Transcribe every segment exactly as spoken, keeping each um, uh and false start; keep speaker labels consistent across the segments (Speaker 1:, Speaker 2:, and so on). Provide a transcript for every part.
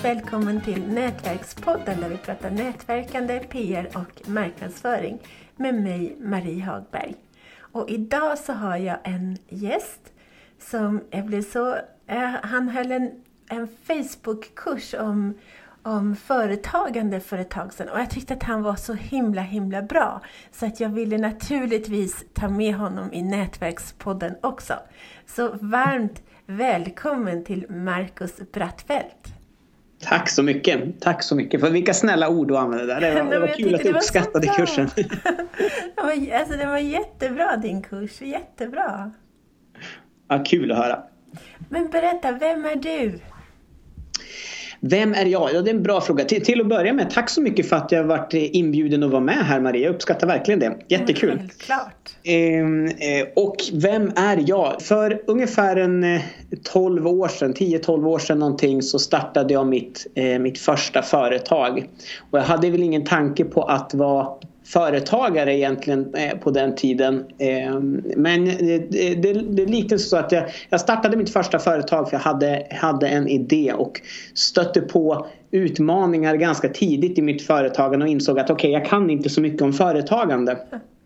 Speaker 1: välkommen till Nätverkspodden där vi pratar nätverkande, P R och marknadsföring med mig Marie Hagberg. Och idag så har jag en gäst som jag blev så... Eh, han höll en, en Facebook-kurs om, om företagande för ett tag sedan. Och jag tyckte att han var så himla himla bra. Så att jag ville naturligtvis ta med honom i Nätverkspodden också. Så varmt välkommen till Marcus Brattfeldt.
Speaker 2: Tack så mycket. Tack så mycket för vilka snälla ord du använde där. Det var, det var kul att du uppskattade kursen.
Speaker 1: det, var, alltså, det var jättebra din kurs. Jättebra.
Speaker 2: Ja, kul att höra.
Speaker 1: Men berätta, vem är du?
Speaker 2: Vem är jag? Ja, det är en bra fråga. Till, till att börja med, tack så mycket för att jag har varit inbjuden att vara med här, Maria. Jag uppskattar verkligen det. Jättekul.
Speaker 1: Mm, helt klart.
Speaker 2: Eh, och vem är jag? För ungefär en tolv år sedan, tio tolv år sedan någonting, så startade jag mitt, eh, mitt första företag. Och jag hade väl ingen tanke på att vara företagare egentligen eh, på den tiden. Eh, men det, det, det är lite så att jag, jag startade mitt första företag för jag hade, hade en idé och stötte på utmaningar ganska tidigt i mitt företagande och insåg att okej, okay, jag kan inte så mycket om företagande.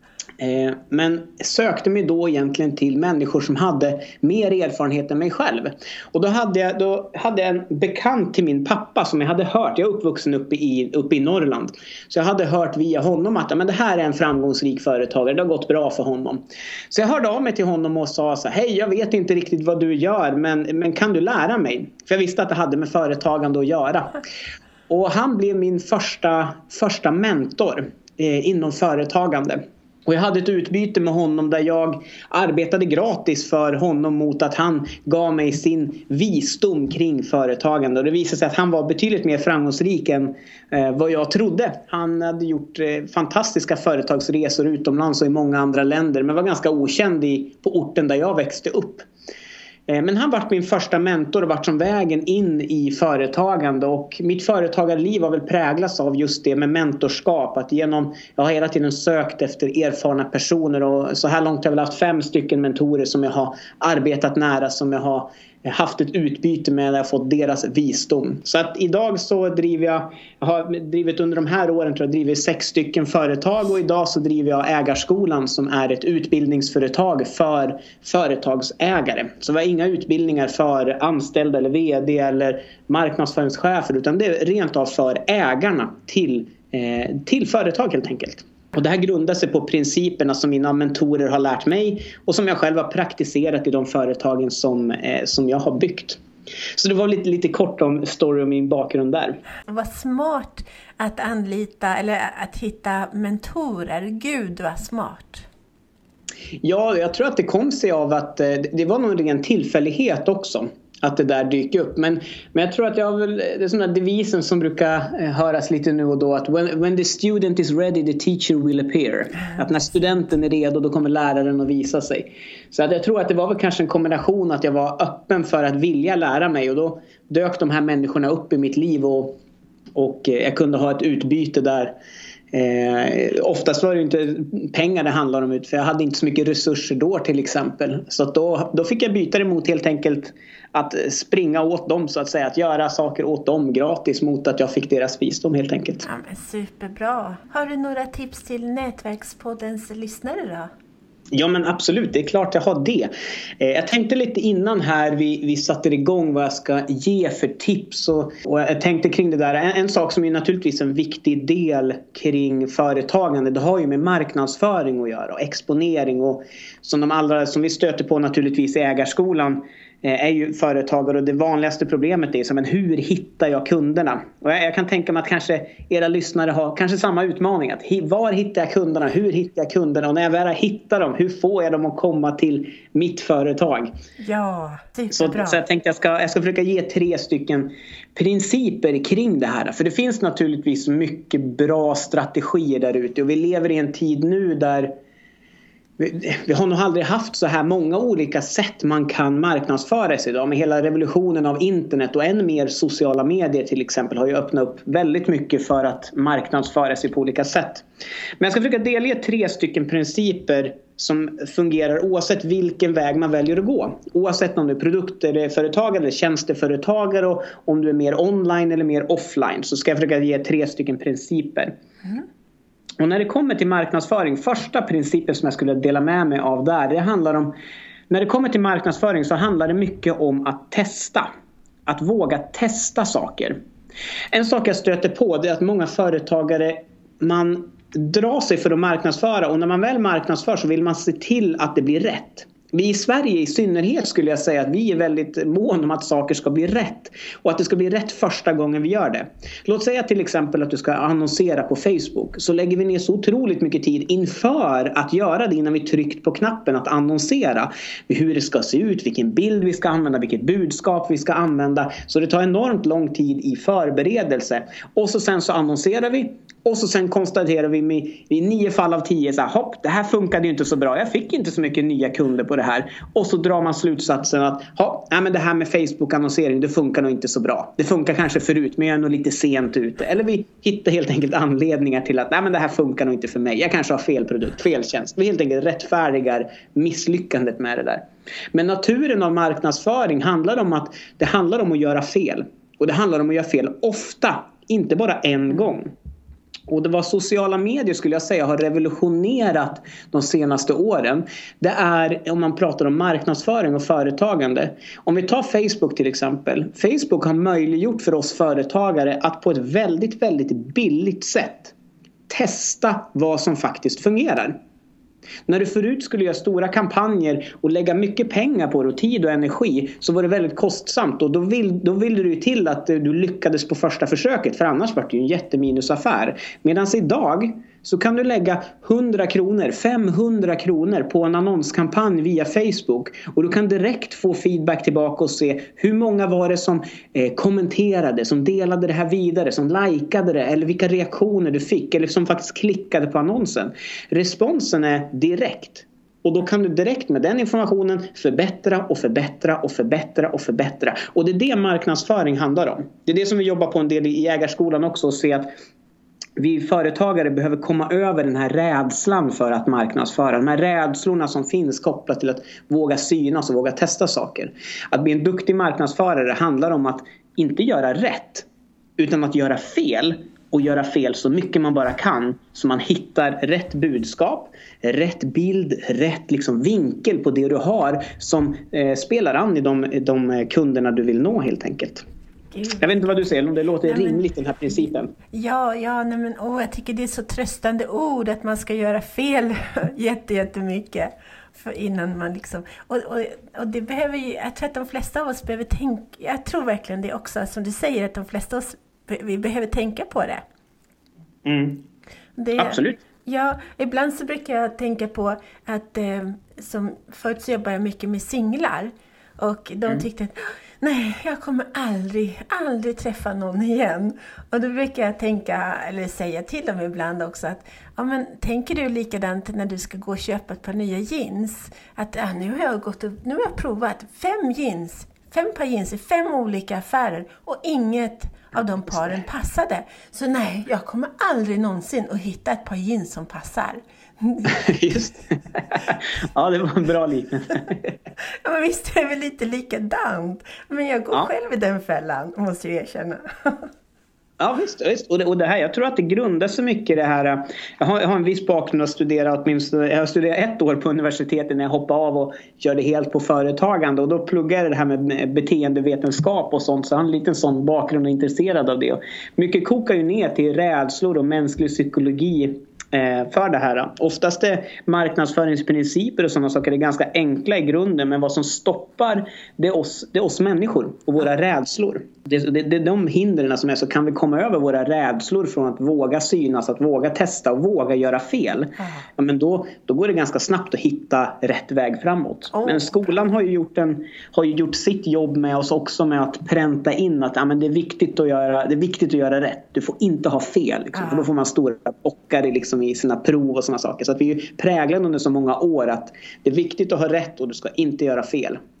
Speaker 2: Eh, men sökte mig då egentligen till människor som hade mer erfarenhet än mig själv. Och då hade jag, då hade jag en bekant till min pappa som jag hade hört. Jag är uppvuxen uppe i, uppe i Norrland. Så jag hade hört via honom att ja, men det här är en framgångsrik företagare. Det har gått bra för honom. Så jag hörde av mig till honom och sa så här: hej, jag vet inte riktigt vad du gör, men, men kan du lära mig? För jag visste att det hade med företagande att göra. Och han blev min första, första mentor eh, inom företagande. Och jag hade ett utbyte med honom där jag arbetade gratis för honom mot att han gav mig sin visdom kring företagande. Och det visade sig att han var betydligt mer framgångsrik än eh, vad jag trodde. Han hade gjort eh, fantastiska företagsresor utomlands och i många andra länder, men var ganska okänd i, på orten där jag växte upp. Men han var min första mentor och var som vägen in i företagande, och mitt företagarliv har väl präglats av just det med mentorskap. Att genom, jag har hela tiden sökt efter erfarna personer, och så här långt har jag väl haft fem stycken mentorer som jag har arbetat nära, som jag har haft ett utbyte med, där jag fått deras visdom. Så att idag så driver jag, jag har drivit under de här åren tror jag driver sex stycken företag, och idag så driver jag Ägarskolan som är ett utbildningsföretag för företagsägare. Så vi har inga utbildningar för anställda eller vd eller marknadsföringschefer, utan det är rent av för ägarna till, eh, till företag helt enkelt. Och det här grundar sig på principerna som mina mentorer har lärt mig och som jag själv har praktiserat i de företagen som, eh, som jag har byggt. Så det var lite, lite kort om story om min bakgrund där.
Speaker 1: Vad smart att anlita eller att hitta mentorer. Gud, vad smart.
Speaker 2: Ja, jag tror att det kom sig av att eh, det var någon ren tillfällighet också. Att det där dyker upp. Men, men jag tror att jag väl, det är sån här devisen som brukar höras lite nu och då. Att when, when the student is ready, the teacher will appear. Att när studenten är redo, då kommer läraren att visa sig. Så att jag tror att det var väl kanske en kombination att jag var öppen för att vilja lära mig. Och då dök de här människorna upp i mitt liv. Och, och jag kunde ha ett utbyte där. Eh, oftast var det inte pengar det handlade om, för jag hade inte så mycket resurser då till exempel. Så att då, då fick jag byta det mot helt enkelt att springa åt dem, så att säga, att göra saker åt dem gratis mot att jag fick deras visdom helt enkelt.
Speaker 1: Ja, men superbra. Har du några tips till Nätverkspoddens lyssnare då?
Speaker 2: Ja, men absolut, det är klart jag har det. Jag tänkte lite innan här vi, vi satte igång vad jag ska ge för tips, och, och jag tänkte kring det där. En, en sak som är naturligtvis en viktig del kring företagande, det har ju med marknadsföring att göra och exponering, och som de allra som vi stöter på naturligtvis i Ägarskolan är ju företagare, och det vanligaste problemet är så, men hur hittar jag kunderna? Och jag, jag kan tänka mig att kanske era lyssnare har kanske samma utmaning, att var hittar jag kunderna? Hur hittar jag kunderna? Och när jag väl hittar dem, hur får jag dem att komma till mitt företag?
Speaker 1: Ja, superbra.
Speaker 2: Så, så jag tänkte jag ska, jag ska försöka ge tre stycken principer kring det här. För det finns naturligtvis mycket bra strategier där ute, och vi lever i en tid nu där vi har nog aldrig haft så här många olika sätt man kan marknadsföra sig idag. Med hela revolutionen av internet och än mer sociala medier till exempel har ju öppnat upp väldigt mycket för att marknadsföra sig på olika sätt. Men jag ska försöka delge tre stycken principer som fungerar oavsett vilken väg man väljer att gå. Oavsett om du är produktföretagare eller tjänsteföretagare och om du är mer online eller mer offline, så ska jag försöka ge tre stycken principer. Mm. Och när det kommer till marknadsföring, första principen som jag skulle dela med mig av där, det handlar om, när det kommer till marknadsföring så handlar det mycket om att testa. Att våga testa saker. En sak jag stöter på, det är att många företagare, man drar sig för att marknadsföra, och när man väl marknadsför så vill man se till att det blir rätt. Vi i Sverige i synnerhet skulle jag säga att vi är väldigt mån om att saker ska bli rätt. Och att det ska bli rätt första gången vi gör det. Låt säga till exempel att du ska annonsera på Facebook. Så lägger vi ner så otroligt mycket tid inför att göra det innan vi tryckt på knappen att annonsera. Hur det ska se ut, vilken bild vi ska använda, vilket budskap vi ska använda. Så det tar enormt lång tid i förberedelse. Och så sen så annonserar vi. Och så sen konstaterar vi med, i nio fall av tio så här, hopp, det här funkade ju inte så bra. Jag fick inte så mycket nya kunder på det här. Och så drar man slutsatsen att hopp, nej, men det här med Facebook-annonsering, det funkar nog inte så bra. Det funkar kanske förut, men jag är nog lite sent ute. Eller vi hittar helt enkelt anledningar till att nej, men det här funkar nog inte för mig. Jag kanske har fel produkt, fel tjänst. Vi helt enkelt rättfärdigar misslyckandet med det där. Men naturen av marknadsföring handlar om att det handlar om att göra fel. Och det handlar om att göra fel ofta, inte bara en gång. Och det var sociala medier skulle jag säga har revolutionerat de senaste åren. Det är, om man pratar om marknadsföring och företagande. Om vi tar Facebook till exempel. Facebook har möjliggjort för oss företagare att på ett väldigt, väldigt billigt sätt testa vad som faktiskt fungerar. När du förut skulle göra stora kampanjer och lägga mycket pengar på det och tid och energi, så var det väldigt kostsamt, och då, vill, då ville du ju till att du lyckades på första försöket, för annars var det ju en jätteminusaffär. Medan idag så kan du lägga hundra kronor, femhundra kronor på en annonskampanj via Facebook, och du kan direkt få feedback tillbaka och se hur många var det som eh, kommenterade, som delade det här vidare, som likade det, eller vilka reaktioner du fick, eller som faktiskt klickade på annonsen. Responsen är direkt. Och då kan du direkt med den informationen förbättra och förbättra och förbättra och förbättra. Och det är det marknadsföring handlar om. Det är det som vi jobbar på en del i ägarskolan också, och se att vi företagare behöver komma över den här rädslan för att marknadsföra. De här rädslorna som finns kopplat till att våga synas och våga testa saker. Att bli en duktig marknadsförare handlar om att inte göra rätt, utan att göra fel. Och göra fel så mycket man bara kan, så man hittar rätt budskap, rätt bild, rätt liksom vinkel på det du har som eh, spelar an i de, de kunderna du vill nå helt enkelt. Gud. Jag vet inte vad du säger, om det låter nej, rimligt men, den här principen.
Speaker 1: Ja, ja nej, men, åh, jag tycker det är så tröstande ord att man ska göra fel jätte, jättemycket. För innan man liksom, och, och, och det behöver ju, jag tror att de flesta av oss behöver tänka, jag tror verkligen det också, som du säger, att de flesta av oss vi behöver tänka på det.
Speaker 2: Mm.
Speaker 1: det
Speaker 2: Absolut.
Speaker 1: Ja, ibland så brukar jag tänka på att eh, som förut så jobbar jag mycket med singlar, och de mm. tyckte att nej, jag kommer aldrig, aldrig träffa någon igen. Och då brukar jag tänka, eller säga till dem ibland också att ja, men tänker du likadant när du ska gå och köpa ett par nya jeans? Att ja, nu har jag gått och, nu har jag provat fem jeans, fem par jeans i fem olika affärer, och inget av de paren passade. Så nej, jag kommer aldrig någonsin att hitta ett par jeans som passar.
Speaker 2: Just. Ja, det var en bra liknelse.
Speaker 1: Ja, men visst är det väl lite likadant. Men jag går ja. själv i den fällan, måste jag erkänna.
Speaker 2: Ja, visst. visst. Och, det, och det här, jag tror att det grundar så mycket i det här. Jag har, jag har en viss bakgrund att studera, åtminstone, jag har studerat ett år på universitetet när jag hoppade av och körde helt på företagande. Och då pluggade det här med beteendevetenskap och sånt. Så jag har en liten sån bakgrund och är intresserad av det. Och mycket kokar ju ner till rädslor och mänsklig psykologi för det här. Oftast är marknadsföringsprinciper och sådana saker är ganska enkla i grunden, men vad som stoppar det är oss, det är oss människor och våra rädslor. Det, det, det är de hindren som är, så kan vi komma över våra rädslor från att våga synas, att våga testa och våga göra fel. Ja, men då, då går det ganska snabbt att hitta rätt väg framåt. Oh. Men skolan har ju, gjort en, har ju gjort sitt jobb med oss också, med att pränta in att ja, men det, är viktigt att göra, det är viktigt att göra rätt. Du får inte ha fel. Liksom, ja. För då får man stora bockar i liksom i sina prov och sådana saker. Så att vi är präglade under så många år att det är viktigt att ha rätt och du ska inte göra fel.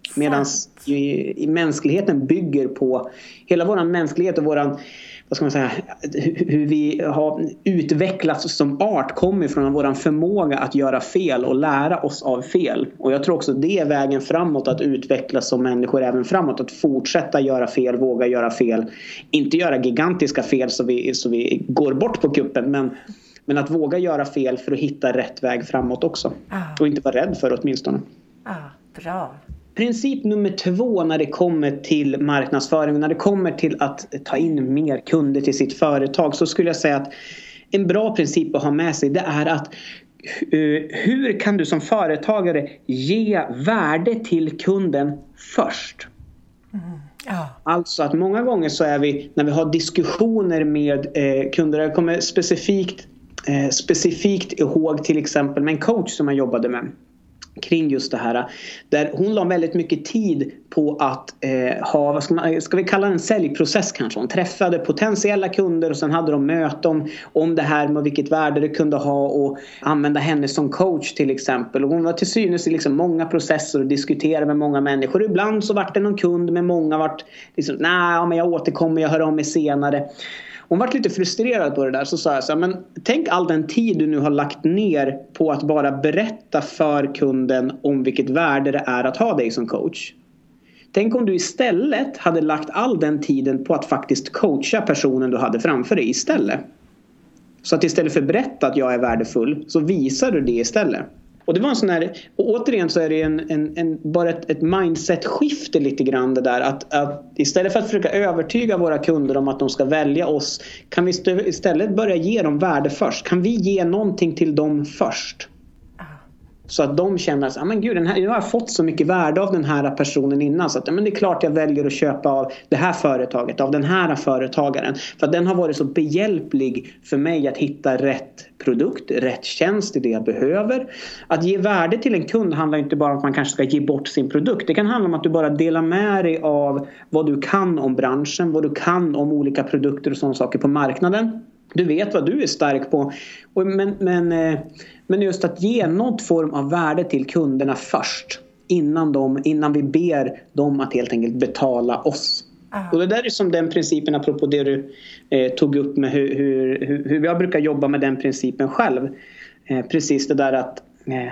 Speaker 2: Medan i, i mänskligheten bygger på hela vår mänsklighet och våran, vad ska man säga, hur vi har utvecklats som art kommer från våran förmåga att göra fel och lära oss av fel. Och jag tror också det är vägen framåt, att utvecklas som människor även framåt. Att fortsätta göra fel, våga göra fel. Inte göra gigantiska fel så vi, så vi går bort på kuppen, men, men att våga göra fel för att hitta rätt väg framåt också. Ah. Och inte vara rädd för det åtminstone.
Speaker 1: Ah, bra.
Speaker 2: Princip nummer två när det kommer till marknadsföring, när det kommer till att ta in mer kunder till sitt företag, så skulle jag säga att en bra princip att ha med sig, det är att uh, hur kan du som företagare ge värde till kunden först? Mm. Ja. Alltså att många gånger så är vi, när vi har diskussioner med eh, kunder, jag kommer specifikt, eh, specifikt ihåg till exempel med en coach som jag jobbade med kring just det här, där hon la väldigt mycket tid på att eh, ha, vad ska, man, ska vi kalla det en säljprocess kanske. Hon träffade potentiella kunder och sen hade de möten om det här med vilket värde det kunde ha och använda henne som coach till exempel. Och hon var till synes i liksom många processer och diskuterade med många människor. Ibland så vart det någon kund, med många vart liksom, nej men jag återkommer, jag hör om mig senare. Hon var lite frustrerad på det där, så sa jag så här, men tänk all den tid du nu har lagt ner på att bara berätta för kunden om vilket värde det är att ha dig som coach. Tänk om du istället hade lagt all den tiden på att faktiskt coacha personen du hade framför dig istället. Så att istället för att berätta att jag är värdefull, så visar du det istället. Och det var en sån här, och återigen så är det en, en, en, bara ett, ett mindset-skifte lite grann det där. Att, att istället för att försöka övertyga våra kunder om att de ska välja oss, kan vi istället börja ge dem värde först. Kan vi ge någonting till dem först? Så att de känner att ah, men gud, den här, jag har fått så mycket värde av den här personen innan. Så att ah, men det är klart jag väljer att köpa av det här företaget, av den här företagaren. För att den har varit så behjälplig för mig att hitta rätt produkt, rätt tjänst, det jag behöver. Att ge värde till en kund handlar inte bara om att man kanske ska ge bort sin produkt. Det kan handla om att du bara delar med dig av vad du kan om branschen, vad du kan om olika produkter och sådana saker på marknaden. Du vet vad du är stark på. Men, men, men just att ge något form av värde till kunderna först. Innan, de, innan vi ber dem att helt enkelt betala oss. Ah. Och det där är som den principen, apropå det du eh, tog upp med hur, hur, hur, hur jag brukar jobba med den principen själv. Eh, precis det där att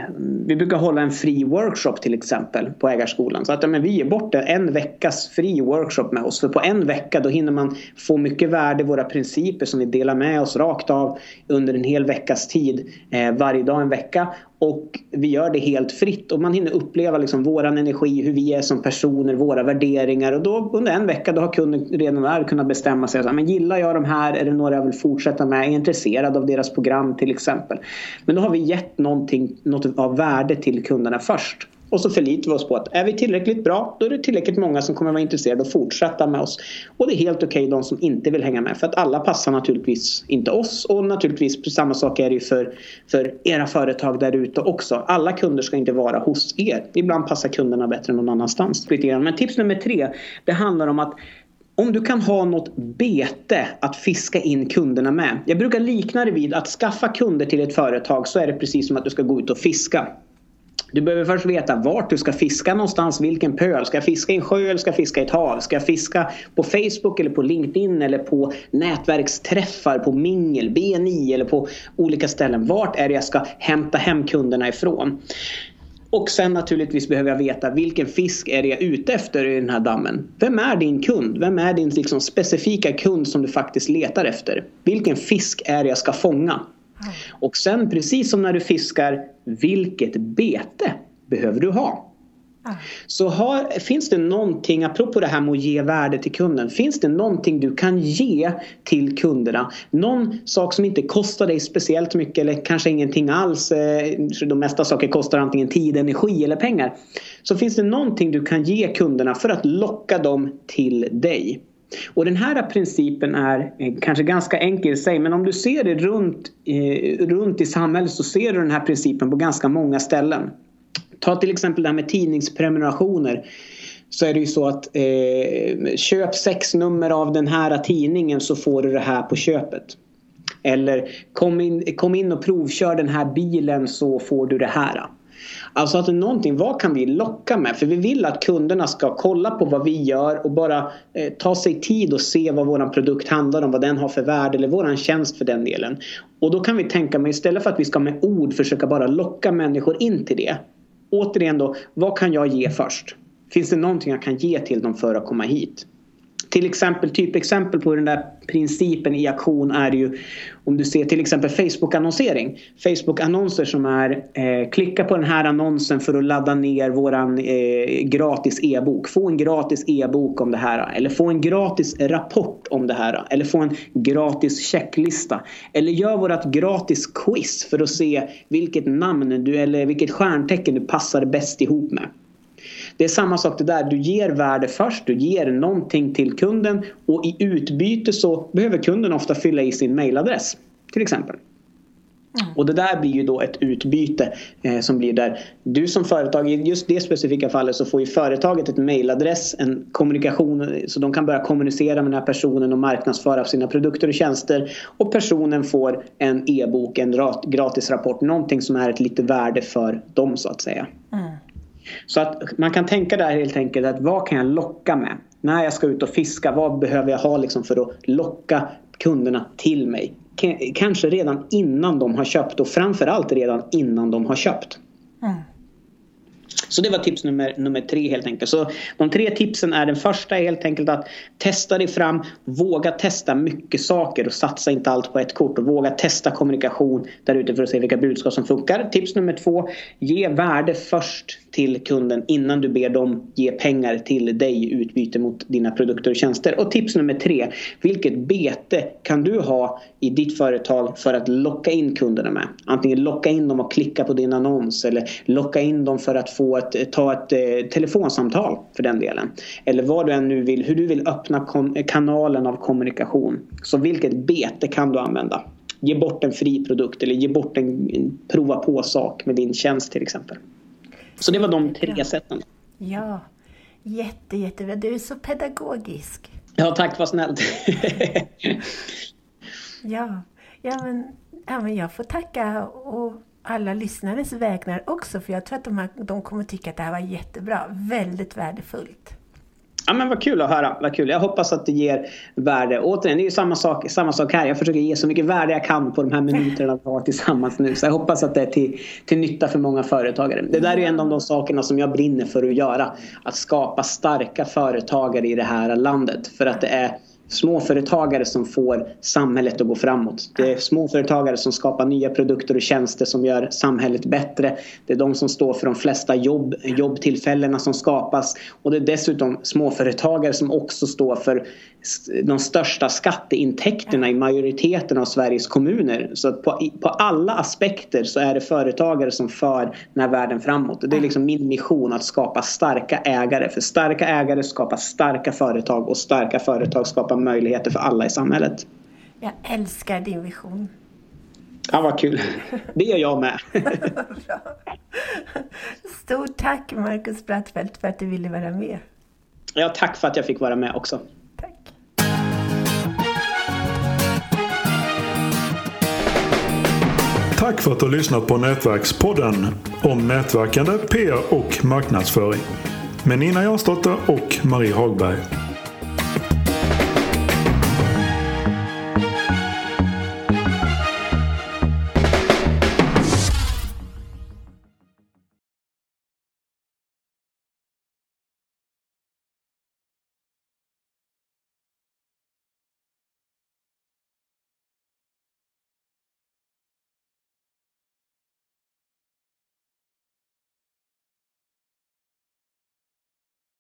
Speaker 2: vi brukar hålla en fri workshop till exempel på Ägarskolan. Så att ja, men vi ger bort en veckas fri workshop med oss. För på en vecka då hinner man få mycket värde i våra principer som vi delar med oss rakt av under en hel veckas tid. Eh, varje dag en vecka. Och vi gör det helt fritt. Och man hinner uppleva liksom våran energi, hur vi är som personer, våra värderingar. Och då under en vecka då har kunden redan där kunnat bestämma sig. Så, men gillar jag de här? Är det några jag vill fortsätta med? Är jag intresserad av deras program till exempel? Men då har vi gett någonting, något av värde till kunderna först. Och så förlitar vi oss på att är vi tillräckligt bra, då är det tillräckligt många som kommer vara intresserade och fortsätta med oss. Och det är helt okej de som inte vill hänga med. För att alla passar naturligtvis inte oss. Och naturligtvis samma sak är det ju för, för era företag där ute också. Alla kunder ska inte vara hos er. Ibland passar kunderna bättre än någon annanstans. Men tips nummer tre, det handlar om att om du kan ha något bete att fiska in kunderna med. Jag brukar likna det vid att skaffa kunder till ett företag, så är det precis som att du ska gå ut och fiska. Du behöver först veta vart du ska fiska någonstans, vilken pöl. Ska jag fiska i en sjö eller ska jag fiska i ett hav? Ska jag fiska på Facebook eller på LinkedIn eller på nätverksträffar, på Mingel, B N I eller på olika ställen? Vart är det jag ska hämta hem kunderna ifrån? Och sen naturligtvis behöver jag veta vilken fisk är jag ute efter i den här dammen. Vem är din kund? Vem är din liksom specifika kund som du faktiskt letar efter? Vilken fisk är jag ska fånga? Och sen precis som när du fiskar, vilket bete behöver du ha? Så har, finns det någonting, apropå det här med att ge värde till kunden, finns det någonting du kan ge till kunderna? Någon sak som inte kostar dig speciellt mycket eller kanske ingenting alls. De mesta saker kostar antingen tid, energi eller pengar. Så finns det någonting du kan ge kunderna för att locka dem till dig? Och den här principen är kanske ganska enkel i sig, men om du ser det runt, eh, runt i samhället så ser du den här principen på ganska många ställen. Ta till exempel det här med tidningsprenumerationer. Så är det ju så att eh, köp sex nummer av den här tidningen så får du det här på köpet. Eller kom in, kom in och provkör den här bilen så får du det här. Alltså att det är någonting, vad kan vi locka med? För vi vill att kunderna ska kolla på vad vi gör och bara eh, ta sig tid och se vad vår produkt handlar om, vad den har för värde eller vår tjänst för den delen. Och då kan vi tänka mig, istället för att vi ska med ord försöka bara locka människor in till det. Återigen då, vad kan jag ge först? Finns det någonting jag kan ge till dem för att komma hit? Till exempel, typexempel på den där principen i aktion är ju om du ser till exempel Facebook-annonsering. Facebook-annonser som är eh, klicka på den här annonsen för att ladda ner våran eh, gratis e-bok. Få en gratis e-bok om det här. Eller få en gratis rapport om det här. Eller få en gratis checklista. Eller gör vårat gratis quiz för att se vilket namn du eller vilket stjärntecken du passar bäst ihop med. Det är samma sak det där. Du ger värde först. Du ger någonting till kunden. Och i utbyte så behöver kunden ofta fylla i sin mailadress. Till exempel. Mm. Och det där blir ju då ett utbyte eh, som blir där. Du som företag, i just det specifika fallet så får ju företaget ett mailadress. En kommunikation så de kan börja kommunicera med den här personen och marknadsföra sina produkter och tjänster. Och personen får en e-bok, en gratis rapport. Någonting som är ett lite värde för dem så att säga. Mm. Så att man kan tänka där helt enkelt att vad kan jag locka med? När jag ska ut och fiska, vad behöver jag ha liksom för att locka kunderna till mig? K- kanske redan innan de har köpt och framförallt redan innan de har köpt. Mm. Så det var tips nummer, nummer tre helt enkelt. Så de tre tipsen är, den första är helt enkelt att testa dig fram, våga testa mycket saker och satsa inte allt på ett kort och våga testa kommunikation där ute för att se vilka budskap som funkar. Tips nummer två, ge värde först till kunden innan du ber dem ge pengar till dig i utbyte mot dina produkter och tjänster. Och tips nummer tre, vilket bete kan du ha i ditt företag för att locka in kunderna med? Antingen locka in dem och klicka på din annons eller locka in dem för att få ett, ta ett eh, telefonsamtal för den delen. Eller vad du än nu vill, hur du vill öppna kom- kanalen av kommunikation. Så vilket bete kan du använda? Ge bort en fri produkt eller ge bort en, en prova på sak med din tjänst till exempel. Så det var de tre sätten.
Speaker 1: Ja, jätte, jättebra. Du är så pedagogisk.
Speaker 2: Ja, tack, vad snällt.
Speaker 1: ja, ja, men, ja, men jag får tacka och alla lyssnares vägnar också. För jag tror att de, här, de kommer tycka att det här var jättebra. Väldigt värdefullt.
Speaker 2: Ja, men vad kul att höra, vad kul. Jag hoppas att det ger värde. Återigen, det är ju samma sak, samma sak här. Jag försöker ge så mycket värde jag kan på de här minuterna vi har tillsammans nu. Så jag hoppas att det är till, till nytta för många företagare. Det där är ju en av de sakerna som jag brinner för att göra. Att skapa starka företagare i det här landet. För att det är småföretagare som får samhället att gå framåt. Det är småföretagare som skapar nya produkter och tjänster som gör samhället bättre. Det är de som står för de flesta jobb, jobbtillfällena som skapas. Och det är dessutom småföretagare som också står för de största skatteintäkterna i majoriteten av Sveriges kommuner. Så på, på alla aspekter så är det företagare som för den här världen framåt. Det är liksom min mission att skapa starka ägare. För starka ägare skapar starka företag och starka företag skapar möjligheter för alla i samhället.
Speaker 1: Jag älskar din vision.
Speaker 2: Ja, vad kul. Det gör jag med.
Speaker 1: Stort tack Marcus Brattfeldt för att du ville vara med.
Speaker 2: Ja, tack för att jag fick vara med också.
Speaker 1: Tack.
Speaker 3: Tack för att du har lyssnat på Nätverkspodden om nätverkande, P R och marknadsföring med Nina Jansdotter och Marie Hagberg.